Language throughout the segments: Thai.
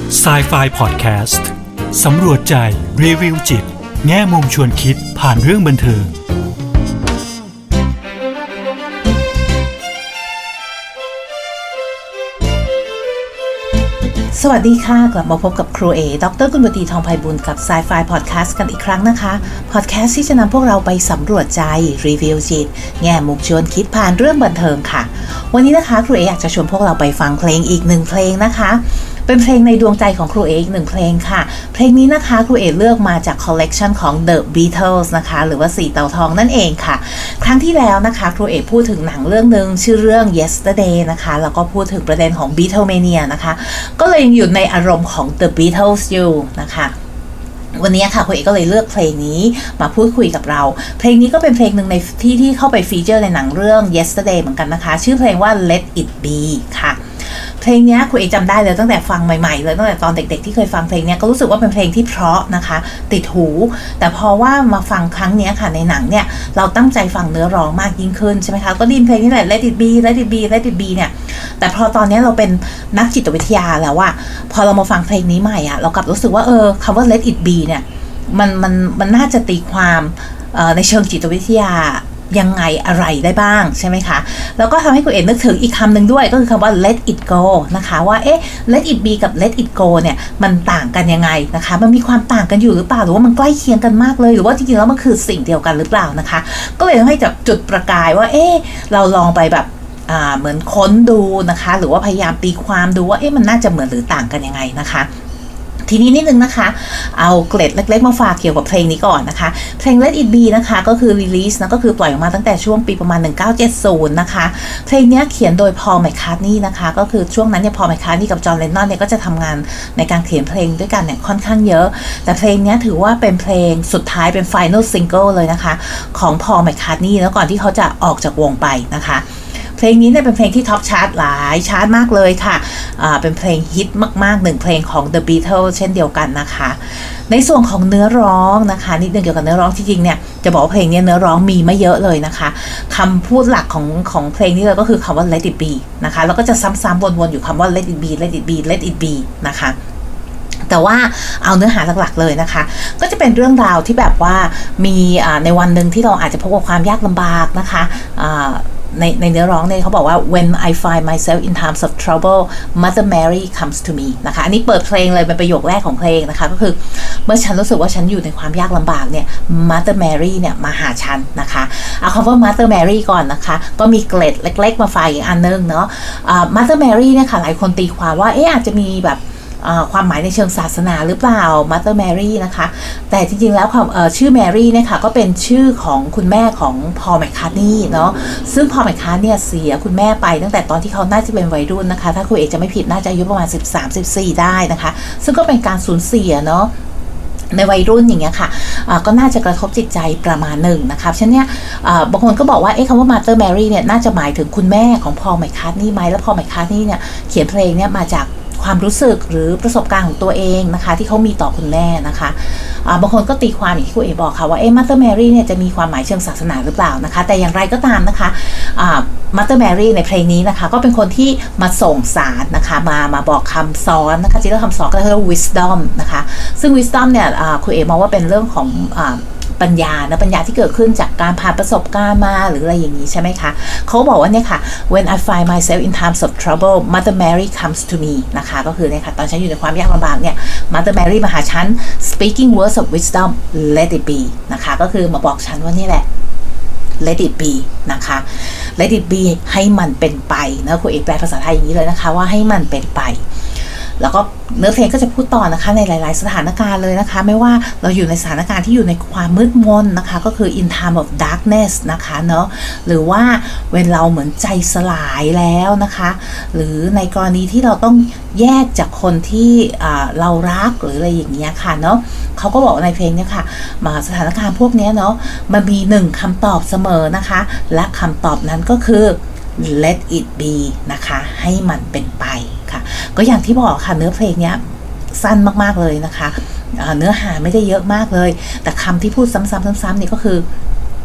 Sci-Fi Podcast สำรวจใจรีวิวจิตแง่มุมชวนคิดผ่านเรื่องบันเทิงสวัสดีค่ะกลับมาพบกับครูเอดร.กุลวตีทองไพบูลย์กับ Sci-Fi Podcast กันอีกครั้งนะคะ Podcast ที่จะนำพวกเราไปสำรวจใจรีวิวจิตแง่มุมชวนคิดผ่านเรื่องบันเทิงค่ะวันนี้นะคะครูเออยากจะชวนพวกเราไปฟังเพลงอีกหนึ่งเพลงนะคะเป็นเพลงในดวงใจของครูเออีกหนึ่งเพลงค่ะเพลงนี้นะคะครูเอเลือกมาจากคอลเลกชันของ The Beatles นะคะหรือว่าสีเต่าทองนั่นเองค่ะครั้งที่แล้วนะคะครูเอพูดถึงหนังเรื่องนึงชื่อเรื่อง Yesterday นะคะแล้วก็พูดถึงประเด็นของ Beatlemania นะคะก็เลยยังอยู่ในอารมณ์ของ The Beatles อยู่นะคะวันนี้ค่ะคุณเอกก็เลยเลือกเพลงนี้มาพูดคุยกับเราเพลงนี้ก็เป็นเพลงหนึ่งในที่เข้าไปฟีเจอร์ในหนังเรื่อง Yesterday เหมือนกันนะคะชื่อเพลงว่า Let It Be ค่ะเพลงนี้คุณเอกจำได้เลยตั้งแต่ฟังใหม่ๆเลยตั้งแต่ตอนเด็กๆที่เคยฟังเพลงนี้ก็รู้สึกว่าเป็นเพลงที่เพราะนะคะติดหูแต่พอว่ามาฟังครั้งนี้ค่ะในหนังเนี่ยเราตั้งใจฟังเนื้อร้องมากยิ่งขึ้นใช่ไหมคะก็ได้ยินเพลงนี้แหละ Let It Be Let It Be Let It Be เนี่ยแต่พอตอนนี้เราเป็นนักจิตวิทยาแล้วว่าพอเรามาฟังเพลงนี้ใหม่อ่ะเรากลับรู้สึกว่าคำว่า Let It Be เนี่ยมันน่าจะตีความในเชิงจิตวิทยายังไงอะไรได้บ้างใช่ไหมคะแล้วก็ทำให้คุณเอกนึกถึงอีกคำหนึ่งด้วยก็คือคำว่า let it go นะคะว่าlet it be กับ let it go เนี่ยมันต่างกันยังไงนะคะมันมีความต่างกันอยู่หรือเปล่าหรือว่ามันใกล้เคียงกันมากเลยหรือว่าจริงๆแล้วมันคือสิ่งเดียวกันหรือเปล่านะคะก็เลยทำให้จับจุดประกายว่าเราลองไปแบบเหมือนค้นดูนะคะหรือว่าพยายามตีความดูว่ามันน่าจะเหมือนหรือต่างกันยังไงนะคะทีนี้นิดนึงนะคะเอาเกร็ดเล็กๆมาฝากเกี่ยวกับเพลงนี้ก่อนนะคะเพลง Let It Be นะคะก็คือ release นะก็คือปล่อยออกมาตั้งแต่ช่วงปีประมาณ1970นะคะเพลงนี้เขียนโดยพอล แมคคาร์ทนีย์นะคะก็คือช่วงนั้นเนี่ยพอล แมคคาร์ทนีย์กับจอห์น เลนนอนเนี่ยก็จะทำงานในการเขียนเพลงด้วยกันเนี่ยค่อนข้างเยอะแต่เพลงนี้ถือว่าเป็นเพลงสุดท้ายเป็น final single เลยนะคะของพอล แมคคาร์ทนีย์แล้วก่อนที่เขาจะออกจากวงไปนะคะเพลงนี้เนี่ยเป็นเพลงที่ท็อปชาร์ตหลายชาร์ตมากเลยค่ะเป็นเพลงฮิตมากๆหนึ่งเพลงของ The Beatles เช่นเดียวกันนะคะในส่วนของเนื้อร้องนะคะนิดนึงเกี่ยวกับเนื้อร้องที่จริงเนี่ยจะบอกว่าเพลงนี้เนื้อร้องมีไม่เยอะเลยนะคะคำพูดหลักของเพลงนี้เลยก็คือคำว่า Let It Be นะคะแล้วก็จะซ้ำๆวนๆอยู่คำว่า Let It Be Let It Be Let It Be นะคะแต่ว่าเอาเนื้อหาหลักๆเลยนะคะก็จะเป็นเรื่องราวที่แบบว่ามีในวันหนึ่งที่เราอาจจะพบกับความยากลำบากนะคะในเนื้อร้องเนี่ยเขาบอกว่า when I find myself in times of trouble Mother Mary comes to me นะคะอันนี้เปิดเพลงเลยเป็นประโยคแรกของเพลงนะคะก็คือเมื่อฉันรู้สึกว่าฉันอยู่ในความยากลำบากเนี่ย Mother Mary เนี่ยมาหาฉันนะคะเอาคำว่า Mother Mary ก่อนนะคะก็มีเกร็ดเล็กๆมาฝากอีกอันนึงเนาะMother Mary เนี่ยค่ะหลายคนตีความว่าอาจจะมีแบบความหมายในเชิงศาสนาหรือเปล่า Mother Mary นะคะแต่จริงๆแล้วชื่อ Mary เนี่ยค่ะก็เป็นชื่อของคุณแม่ของพอล แมคคาร์ทนีย์เนาะซึ่งพอล แมคคาร์ทนีย์เสียคุณแม่ไปตั้งแต่ตอนที่เขาน่าจะเป็นวัยรุ่นนะคะถ้าคุณเอกจะไม่ผิดน่าจะอายุประมาณ 13-14 ได้นะคะซึ่งก็เป็นการสูญเสียเนาะในวัยรุ่นอย่างเงี้ยค่ะก็น่าจะกระทบจิตใจประมาณหนึ่งนะคะฉะนั้นเนี่ยบางคนก็บอกว่าคำว่า Mother Mary เนี่ยน่าจะหมายถึงคุณแม่ของพอล แมคคาร์ทนีย์ไหมแล้วพอล แมคคาร์ทนีย์เนี่ยเขียนเพลงเนี่ยมาจากความรู้สึกหรือประสบการณ์ของตัวเองนะคะที่เขามีต่อคุณแม่นะคะบางคนก็ตีความอย่างที่คุณเอบอกค่ะว่าMother Mary เนี่ยจะมีความหมายเชิงศาสนาหรือเปล่านะคะแต่อย่างไรก็ตามนะคะMother Mary ในเพลงนี้นะคะก็เป็นคนที่มาส่งสารนะคะมาบอกคำสอนนะคะจริงๆคำสอนก็เรียกว่า wisdom นะคะซึ่ง wisdom เนี่ยคุณเอมองว่าเป็นเรื่องของปัญญาที่เกิดขึ้นจากการผ่านประสบการณ์มาหรืออะไรอย่างนี้ใช่ไหมคะเขาบอกว่าเนี่ยค่ะ when I find myself in times of trouble Mother Mary comes to me นะคะก็คือเนี่ยค่ะตอนฉันอยู่ในความยากลำบากเนี่ย Mother Mary มาหาฉัน speaking words of wisdom let it be นะคะก็คือมาบอกฉันว่านี่แหละ let it be นะคะ let it be ให้มันเป็นไปนะคุณเอกแปลภาษาไทยอย่างนี้เลยนะคะว่าให้มันเป็นไปแล้วก็เนื้อเพลงก็จะพูดต่อนะคะในหลายๆสถานการณ์เลยนะคะไม่ว่าเราอยู่ในสถานการณ์ที่อยู่ในความมืดมนนะคะก็คือ in time of darkness นะคะเนาะหรือว่าเวลาเราเหมือนใจสลายแล้วนะคะหรือในกรณีที่เราต้องแยกจากคนที่เรารักหรืออะไรอย่างเงี้ยค่ะเนาะเขาก็บอกในเพลงนี้ค่ะมาสถานการณ์พวกนี้เนาะมันมีหนึ่งคำตอบเสมอนะคะและคำตอบนั้นก็คือ let it be นะคะให้มันเป็นไปค่ะก็อย่างที่บอกค่ะเนื้อเพลงเนี้ยสั้นมากๆเลยนะคะเนื้อหาไม่ได้เยอะมากเลยแต่คำที่พูดซ้ำๆนี่ก็คือ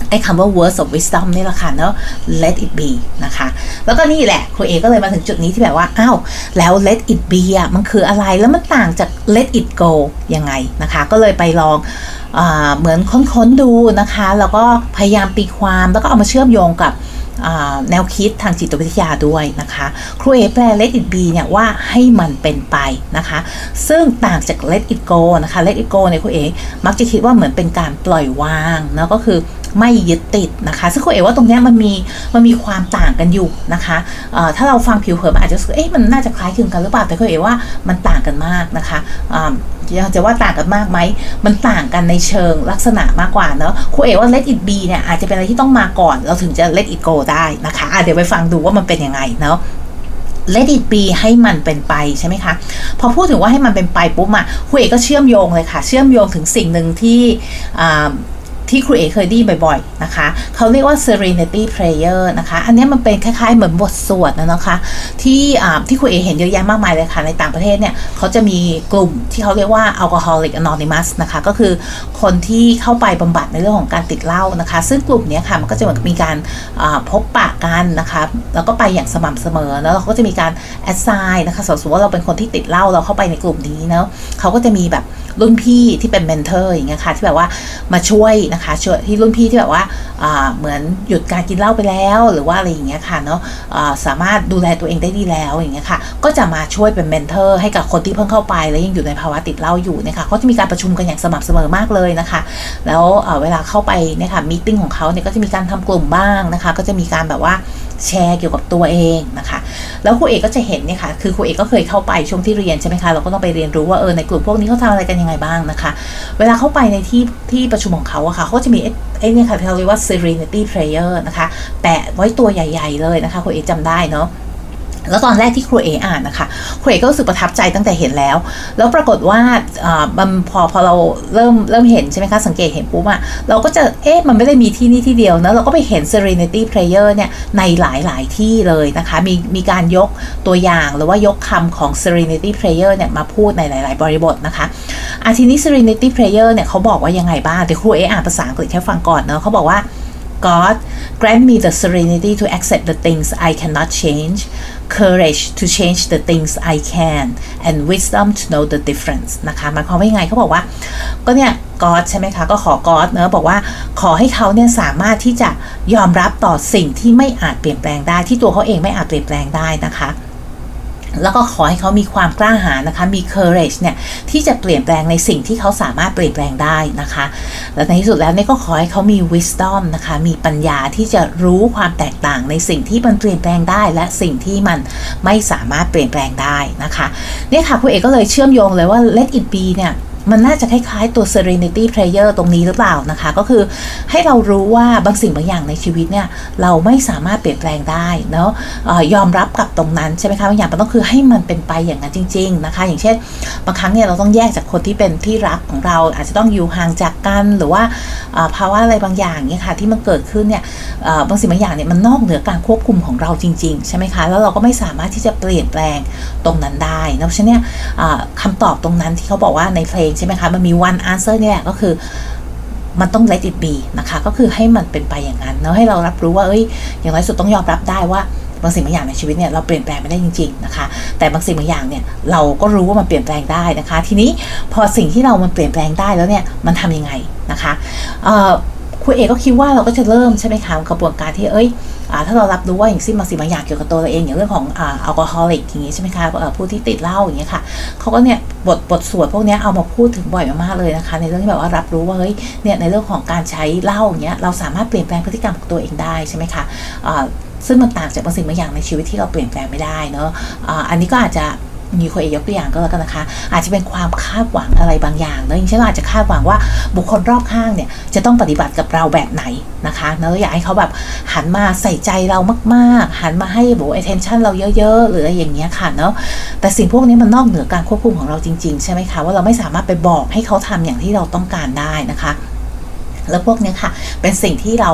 ไอ้คำว่า words of wisdom นี่แหละค่ะเนาะ let it be นะคะแล้วก็นี่แหละครูเอก็เลยมาถึงจุดนี้ที่แบบว่าอ้าวแล้ว let it be อ่ะมันคืออะไรแล้วมันต่างจาก let it go ยังไงนะคะก็เลยไปลองเหมือนค้นๆดูนะคะแล้วก็พยายามตีความแล้วก็เอามาเชื่อมโยงกับแนวคิดทางจิตวิทยาด้วยนะคะครูเอแปล let it be เนี่ยว่าให้มันเป็นไปนะคะซึ่งต่างจาก let it go นะคะ let it go เนี่ยครูเอมักจะคิดว่าเหมือนเป็นการปล่อยวางเนาะก็คือไม่ยึดติดนะคะซึ่งครูเอว่าตรงนี้มันมีความต่างกันอยู่นะคะถ้าเราฟังผิวเผินอาจจะมันน่าจะคล้ายคลึงกันหรือเปล่าแต่ครูเอว่ามันต่างกันมากนะคะจะว่าต่างกันมากไหมมันต่างกันในเชิงลักษณะมากกว่าเนาะครูเอว่า let it be เนี่ยอาจจะเป็นอะไรที่ต้องมาก่อนเราถึงจะ let it go ได้นะคะเดี๋ยวไปฟังดูว่ามันเป็นยังไงเนาะlet it be ให้มันเป็นไปใช่ไหมคะพอพูดถึงว่าให้มันเป็นไปปุ๊บครูเอก็เชื่อมโยงเลยค่ะเชื่อมโยงถึงสิ่งหนึ่งที่ครูเอเคยได้บ่อยๆนะคะเขาเรียกว่า serenity prayer นะคะอันนี้มันเป็นคล้ายๆเหมือนบทสวดนะคะที่ครูเอเห็นเยอะแยะมากมายเลยค่ะในต่างประเทศเนี่ยเขาจะมีกลุ่มที่เขาเรียกว่า alcoholic anonymous นะคะก็คือคนที่เข้าไปบำบัดในเรื่องของการติดเหล้านะคะซึ่งกลุ่มนี้ค่ะมันก็จะเหมือนมีการพบปะกันนะคะแล้วก็ไปอย่างสม่ำเสมอแล้วเขาก็จะมีการ assign นะคะสมมติว่าเราเป็นคนที่ติดเหล้าเราเข้าไปในกลุ่มนี้เนาะเขาก็จะมีแบบรุ่นพี่ที่เป็นเมนเทอร์อย่างเงี้ยค่ะที่แบบว่ามาช่วยนะคะช่วยที่รุ่นพี่ที่แบบว่าเหมือนหยุดการกินเหล้าไปแล้วหรือว่าอะไรอย่างเงี้ยค่ะเนาะสามารถดูแลตัวเองได้ดีแล้วอย่างเงี้ยค่ะก็จะมาช่วยเป็นเมนเทอร์ให้กับคนที่เพิ่งเข้าไปแล้วยังอยู่ในภาวะติดเหล้าอยู่เนี่ยค่ะเขาจะมีการประชุมกันอย่างสม่ำเสมอมากเลยนะคะแล้วเวลาเข้าไปเนี่ยค่ะมีตติ้งของเขาเนี่ยก็จะมีการทำกลุ่มบ้างนะคะก็จะมีการแบบว่าแชร์เกี่ยวกับตัวเองนะคะแล้วครูเอกก็จะเห็นเนี่ยค่ะคือครูเอกก็เคยเข้าไปช่วงที่เรียนใช่ไหมคะเราก็ต้องไปเรียนรู้ว่าในกลุ่มพวกนี้เขาทำอะไรกันยังไงบ้างนะคะเวลาเข้าไปในที่ประชุมของเขาอะค่ะเขาจะมีไอ้เนี่ยค่ะที่เราเรียกว่า serenity prayer นะคะแปะไว้ตัวใหญ่ๆเลยนะคะครูเอกจำได้เนาะแล้วตอนแรกที่ครูเออ่านนะคะครูเอก็รู้สึกประทับใจตั้งแต่เห็นแล้วปรากฏว่ามันพอเราเริ่มเห็นใช่ไหมคะสังเกตเห็นปุ๊บเราก็จะมันไม่ได้มีที่นี่ที่เดียวนะเราก็ไปเห็น Serenity Prayer เนี่ยในหลายที่เลยนะคะมีการยกตัวอย่างหรือว่ายกคำของ Serenity Prayer เนี่ยมาพูดในหลายๆบริบทนะคะทีนี้ Serenity Prayer เนี่ยเขาบอกว่ายังไงบ้างเดี๋ยวครูเออ่านภาษาอังกฤษให้ฟังก่อนเนาะเขาบอกว่า God grant me the serenity to accept the things I cannot change, courage to change the things I can, and wisdom to know the difference นะคะหมายความว่ายังไงเขาบอกว่าก็เนี่ย God ใช่ไหมคะก็ขอ God เนอะบอกว่าขอให้เขาเนี่ยสามารถที่จะยอมรับต่อสิ่งที่ไม่อาจเปลี่ยนแปลงได้ที่ตัวเขาเองไม่อาจเปลี่ยนแปลงได้นะคะแล้วก็ขอให้เขามีความกล้าหาญนะคะมี courage เนี่ยที่จะเปลี่ยนแปลงในสิ่งที่เขาสามารถเปลี่ยนแปลงได้นะคะและในที่สุดแล้วเนี่ยก็ขอให้เขามี wisdom นะคะมีปัญญาที่จะรู้ความแตกต่างในสิ่งที่มันเปลี่ยนแปลงได้และสิ่งที่มันไม่สามารถเปลี่ยนแปลงได้นะคะเนี่ยค่ะคุณเอกก็เลยเชื่อมโยงเลยว่า let it be เนี่ยมันน่าจะคล้ายๆตัว serenity prayer ตรงนี้หรือเปล่านะคะก็คือให้เรารู้ว่าบางสิ่งบางอย่างในชีวิตเนี่ยเราไม่สามารถเปลี่ยนแปลงได้เนาะยอมรับกับตรงนั้นใช่ไหมคะบางอย่างมันต้องคือให้มันเป็นไปอย่างนั้นจริงๆนะคะอย่างเช่นบางครั้งเนี่ยเราต้องแยกจากคนที่เป็นที่รักของเราอาจจะต้องอยู่ห่างจากกันหรือว่าภาวะอะไรบางอย่างเนี่ยค่ะที่มันเกิดขึ้นเนี่ยบางสิ่งบางอย่างเนี่ยมันนอกเหนือการควบคุมของเราจริงๆใช่ไหมคะแล้วเราก็ไม่สามารถที่จะเปลี่ยนแปลงตรงนั้นได้นะเพราะฉะนั้นคำตอบตรงนั้นที่เขาบอกว่าในเพลงใช่ไหมคะมันมี one answer เนี่ยก็คือมันต้อง let it be นะคะก็คือให้มันเป็นไปอย่างนั้นแล้วให้เรารับรู้ว่าอย่างไรสุดต้องยอมรับได้ว่าบางสิ่งบางอย่างในชีวิตเนี่ยเราเปลี่ยนแปลงไม่ได้จริงๆนะคะแต่บางสิ่งบางอย่างเนี่ยเราก็รู้ว่ามันเปลี่ยนแปลงได้นะคะทีนี้พอสิ่งที่มันเปลี่ยนแปลงได้แล้วเนี่ยมันทำยังไงนะคะคุณเอกก็คิดว่าเราก็จะเริ่มใช่ไหมคะกระบวนการที่ถ้าเรารับรู้ว่าอย่างบางสิ่งบางอย่างเกี่ยวกับตัวเราเองอย่างเรื่องของแอลกอฮอลิกอย่างนี้ใช่ไหมคะผู้ที่ติดเหล้าอย่างเงี้ยค่ะเขาก็เนี่ยบทสวดพวกนี้เอามาพูดถึงบ่อยมากๆเลยนะคะในเรื่องที่แบบว่ารับรู้ว่าเนี่ยในเรื่องของการใช้เหล้าอย่างเงี้ยเราสามารถเปลี่ยนแปลงพฤติกรรมของตัวเองได้ใช่ไหมคะซึ่งมันต่างจากบางสิ่งบางอย่างในชีวิตที่เราเปลี่ยนแปลงไม่ได้เนาะอันนี้ก็อาจจะมีคนยกตัวอย่างก็แล้วกันนะคะอาจจะเป็นความคาดหวังอะไรบางอย่างเนอะอย่างเช่นเราอาจจะคาดหวังว่าบุคคลรอบข้างเนี่ยจะต้องปฏิบัติกับเราแบบไหนนะคะแล้วอยากให้เขาแบบหันมาใส่ใจเรามากๆหันมาให้attention เราเยอะๆหรืออะไรอย่างเงี้ยค่ะเนาะแต่สิ่งพวกนี้มันนอกเหนือการควบคุมของเราจริงๆใช่ไหมคะว่าเราไม่สามารถไปบอกให้เขาทำอย่างที่เราต้องการได้นะคะแล้วพวกนี้ค่ะเป็นสิ่งที่เรา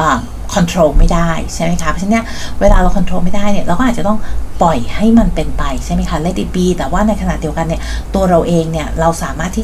control ไม่ได้ใช่ไหมคะเพราะฉะนั้นเวลาเรา control ไม่ได้เนี่ยเราก็อาจจะต้องปล่อยให้มันเป็นไปใช่ไหมคะ let it be แต่ว่าในขณะเดียวกันเนี่ยตัวเราเองเนี่ยเราสามารถที่จะ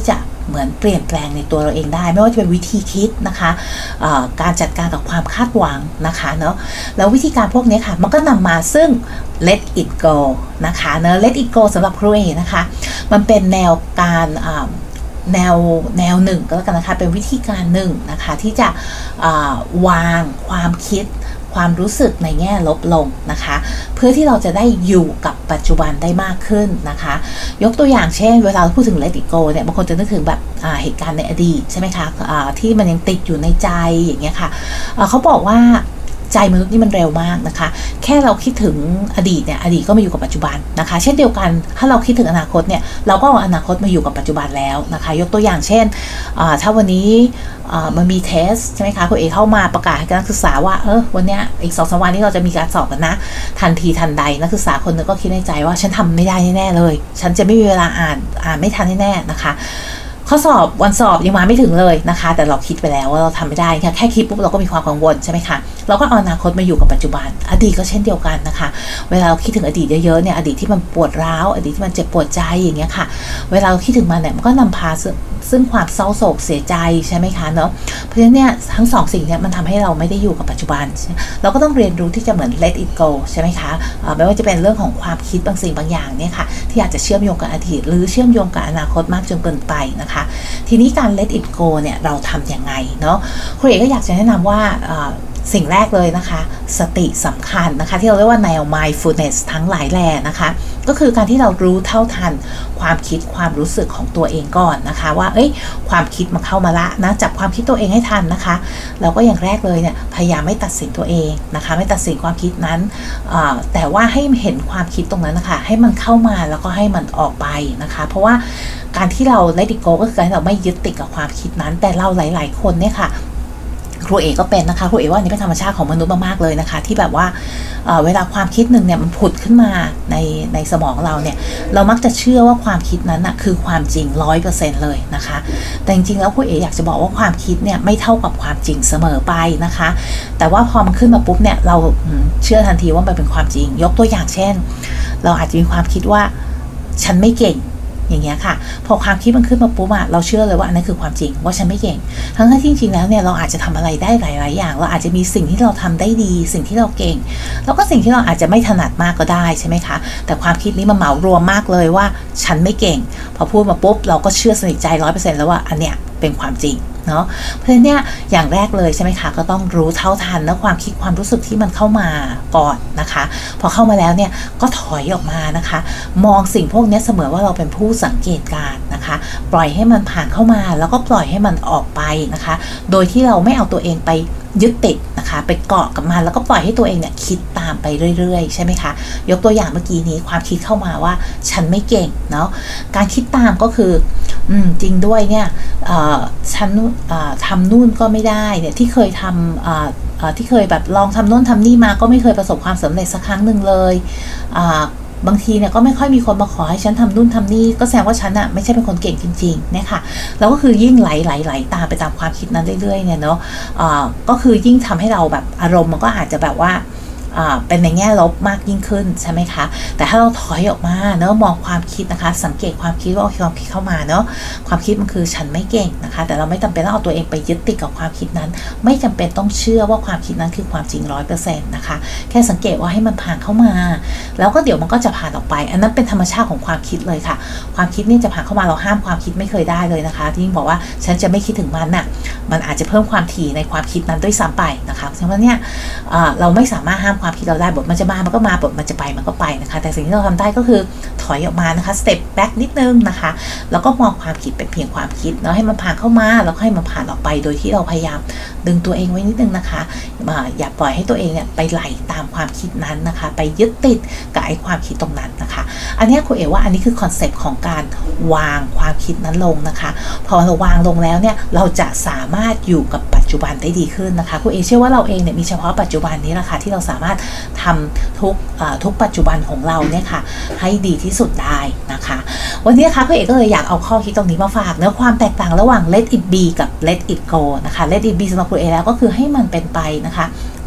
เหมือนเปลี่ยนแปลงในตัวเราเองได้ไม่ว่าจะเป็นวิธีคิดนะคะการจัดการกับความคาดหวังนะคะเนาะแล้ววิธีการพวกนี้ค่ะมันก็นำมาซึ่ง let it go นะคะเนาะ let it go สำหรับครูเอนะคะมันเป็นแนวการแนวหนึ่งก็แล้วกันนะคะเป็นวิธีการหนึ่งนะคะที่จะวางความคิดความรู้สึกในแง่ลบลงนะคะเพื่อที่เราจะได้อยู่กับปัจจุบันได้มากขึ้นนะคะยกตัวอย่างเช่นเวลาพูดถึง let it go เนี่ยบางคนจะนึกถึงแบบเหตุการณ์ในอดีตใช่ไหมคะที่มันยังติดอยู่ในใจอย่างเงี้ยค่ะเขาบอกว่าใจมนุษย์นี่มันเร็วมากนะคะแค่เราคิดถึงอดีตเนี่ยอดีตก็มาอยู่กับปัจจุบันนะคะเช่นเดียวกันถ้าเราคิดถึงอนาคตเนี่ยเราก็เอาอนาคตมาอยู่กับปัจจุบันแล้วนะคะยกตัวอย่างเช่นถ้าวันนี้มันมีเทสใช่ไหมคะคุณเอกเข้ามาประกาศให้นักศึกษาว่าวันนี้อีก2-3 วันนี้เราจะมีการสอบกันนะทันทีทันใดนักศึกษาคนนึงก็คิดในใจว่าฉันทำไม่ได้แน่ๆเลยฉันจะไม่มีเวลาอ่านไม่ทันแน่ๆนะคะข้อสอบวันสอบยังมาไม่ถึงเลยนะคะแต่เราคิดไปแล้วว่าเราทำไม่ได้แค่คิดปุ๊บเราก็มีความกังวลใช่ไหมคะเราก็เอาอนาคตมาอยู่กับปัจจุบันอดีตก็เช่นเดียวกันนะคะเวลาเราคิดถึงอดีตเยอะๆเนี่ยอดีตที่มันปวดร้าวอดีตที่มันเจ็บปวดใจอย่างเงี้ยค่ะเวลาเราคิดถึงมันเนี่ยมันก็นำพาซึ่งความเศร้าโศกเสียใจใช่ไหมคะเนาะเพราะฉะนั้นเนี่ยทั้ง2 สิ่งเนี่ยมันทำให้เราไม่ได้อยู่กับปัจจุบันเราก็ต้องเรียนรู้ที่จะเหมือน let it go ใช่ไหมคะไม่ว่าจะเป็นเรื่องของความคิดบางสิ่งบางอย่างเนี่ยค่ะที่อาจจะเชื่อมโยงกับอดีตหรือเชื่อมโยงกับอนาคตมากจนเกินไปนะคะทีนี้การ let it go เนี่ยเราทำยังไงเนาะครูเอกก็อยากจะแนะนำว่าสิ่งแรกเลยนะคะสติสำคัญนะคะที่เราเรียกว่าแนว mindfulness ทั้งหลายแหล่นะคะก็คือการที่เรารู้เท่าทันความคิดความรู้สึกของตัวเองก่อนนะคะว่าความคิดมันเข้ามาละนะจับความคิดตัวเองให้ทันนะคะแล้วก็อย่างแรกเลยเนี่ยพยายามไม่ตัดสินตัวเองนะคะไม่ตัดสินความคิดนั้นแต่ว่าให้เห็นความคิดตรงนั้นนะคะให้มันเข้ามาแล้วก็ให้มันออกไปนะคะเพราะว่าการที่เรา let it go ก็คือการที่เราไม่ยึดติดกับความคิดนั้นแต่เราหลายๆคนเนี่ยค่ะครูเอกก็เป็นนะคะครูเอกว่านี่เป็นธรรมชาติของมนุษย์มากๆเลยนะคะที่แบบว่าเวลาความคิดหนึ่งเนี่ยมันผุดขึ้นมาในสมองเราเนี่ยเรามักจะเชื่อว่าความคิดนั้นนะคือความจริง 100% เลยนะคะแต่จริงๆแล้วครูเอกอยากจะบอกว่าความคิดเนี่ยไม่เท่ากับความจริงเสมอไปนะคะแต่ว่าพอมันขึ้นมาปุ๊บเนี่ยเราเชื่อทันทีว่ามันเป็นความจริงยกตัวอย่างเช่นเราอาจจะมีความคิดว่าฉันไม่เก่งอย่างเงี้ยค่ะพอความคิดมันขึ้นมาปุ๊บเราเชื่อเลยว่าอันนั้นคือความจริงว่าฉันไม่เก่งทั้งที่จริงๆแล้วเนี่ยเราอาจจะทำอะไรได้หลายๆอย่างเราอาจจะมีสิ่งที่เราทำได้ดีสิ่งที่เราเก่งแล้วก็สิ่งที่เราอาจจะไม่ถนัดมากก็ได้ใช่ไหมคะแต่ความคิดนี้มันเหมารวมมากเลยว่าฉันไม่เก่งพอพูดมาปุ๊บเราก็เชื่อสนิทใจ 100% แล้วว่าอันเนี้ยเป็นความจริงเนาะเพราะฉะนั้นเนี่ยอย่างแรกเลยใช่ไหมคะก็ต้องรู้เท่าทันนะความคิดความรู้สึกที่มันเข้ามาก่อนนะคะพอเข้ามาแล้วเนี่ยก็ถอยออกมานะคะมองสิ่งพวกนี้เสมอว่าเราเป็นผู้สังเกตการนะคะปล่อยให้มันผ่านเข้ามาแล้วก็ปล่อยให้มันออกไปนะคะโดยที่เราไม่เอาตัวเองไปยึดติดนะคะไปเกาะกับมันแล้วก็ปล่อยให้ตัวเองเนี่ยคิดตามไปเรื่อยๆใช่ไหมคะยกตัวอย่างเมื่อกี้นี้ความคิดเข้ามาว่าฉันไม่เก่งเนาะการคิดตามก็คือจริงด้วยเนี่ยฉันทำนู่นก็ไม่ได้เนี่ยที่เคยทำที่เคยแบบลองทำโน่นทำนี่มาก็ไม่เคยประสบความสำเร็จสักครั้งหนึ่งเลยบางทีเนี่ยก็ไม่ค่อยมีคนมาขอให้ฉันทำนู่นทำนี่ก็แสดงว่าฉันอะไม่ใช่เป็นคนเก่งจริงๆเนี่ยค่ะแล้วก็คือยิ่งไหลตามไปตามความคิดนั้นเรื่อยๆเนี่ยเนาะก็คือยิ่งทำให้เราแบบอารมณ์มันก็อาจจะแบบว่าเป็นในแง่ลบมากยิ่งขึ้นใช่ไหมคะแต่ถ้าเราถอยออกมาเนาะมองความคิดนะคะสังเกตความคิดว่าความคิดเข้ามาเนาะความคิดมันคือฉันไม่เก่งนะคะแต่เราไม่จำเป็นต้องเอาตัวเองไปยึดติดกับความคิดนั้นไม่จำเป็นต้องเชื่อว่าความคิดนั้นคือความจริง 100% นะคะแค่สังเกตว่าให้มันผ่านเข้ามาแล้วก็เดี๋ยวมันก็จะผ่านออกไปอันนั้นเป็นธรรมชาติของความคิดเลยค่ะความคิดนี่จะผ่านเข้ามาเราห้ามความคิดไม่เคยได้เลยนะคะที่บอกว่าฉันจะไม่คิดถึงมันน่ะมันอาจจะเพิ่มความถี่ในความคิดนั้นด้วยซ้ำไปนะคะเพราะฉะนั้นเนี่ยเราไม่สามารถห้ามความคิดเราได้บทมันจะมามันก็มาบทมันจะไปมันก็ไปนะคะแต่สิ่งที่เราทำได้ก็คือถอยออกมานะคะสเต็ปแบ็กนิดนึงนะคะแล้วก็มองความคิดเป็นเพียงความคิดแล้วให้มันผ่านเข้ามาแล้วให้มันผ่านออกไปโดยที่เราพยายามดึงตัวเองไว้นิดนึงนะคะอย่าปล่อยให้ตัวเองเนี่ยไปไหลตามความคิดนั้นนะคะไปยึดติดกับไอ้ความคิดตรงนั้นนะคะอันนี้ครูเอ๋ว่าอันนี้คือคอนเซปต์ของการวางความคิดนั้นลงนะคะพอเราวางลงแล้วเนี่ยเราจะสามารถอยู่กับปัจจุบันได้ดีขึ้นนะคะครูเอ๋เชื่อว่าเราเองเนี่ยมีเฉพาะปัจจุบันนี้แหละค่ะที่เราสามารถทำทุกปัจจุบันของเราเนี่ยค่ะให้ดีที่สุดได้นะคะวันนี้นะคะครูเอ๋ก็เลยอยากเอาข้อคิดตรงนี้มาฝากเนื้อความแตกต่างระหว่าง let it be กับ let it go นะคะ let it be สำหรับครูเอ๋แล้วก็คือให้มันเป็นไปนะคะ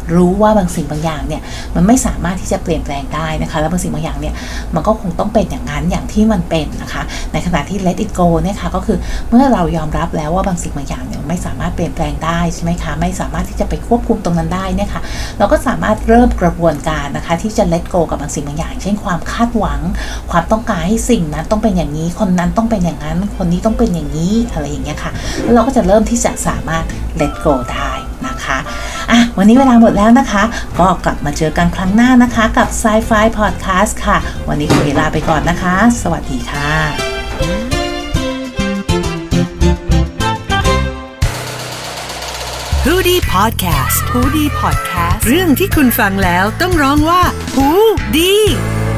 รู้ว่าบางสิ่งบางอย่างเนี่ยมันไม่สามารถที่จะเปลี่ยนแปลงได้นะคะแล้วบางสิ่งบางอย่างเนี่ยมันก็คงต้องเป็นอย่างนั้นอย่างที่มันเป็นนะคะในขณะที่ let it go เนี่ยค่ะก็คือเมื่อเรายอมรับแล้วว่าบางสิ่งบางอย่างเนี่ยไม่สามารถเปลี่ยนแปลงได้ใช่ไหมคะไม่สามารถที่จะไปควบคุมตรงนั้นได้เนี่ยค่ะเราก็สามารถเริ่มกระบวนการนะคะที่จะ let go กับบางสิ่งบางอย่างเช่นความคาดหวังความต้องการให้สิ่งนั้นต้องเป็นอย่างนี้คนนั้นต้องเป็นอย่างนั้นคนนี้ต้องเป็นอย่างนี้อะไรอย่างเงี้ยค่ะแล้วเราก็จะเริ่มที่จะสามารถ let go ได้นะคะวันนี้เวลาหมดแล้วนะคะก็กลับมาเจอกันครั้งหน้านะคะกับ Sci-Fi Podcast ค่ะวันนี้ขอลาไปก่อนนะคะสวัสดีค่ะฮูดี้พอดแคสต์ฮูดี้พอดแคสต์เรื่องที่คุณฟังแล้วต้องร้องว่าฮูดี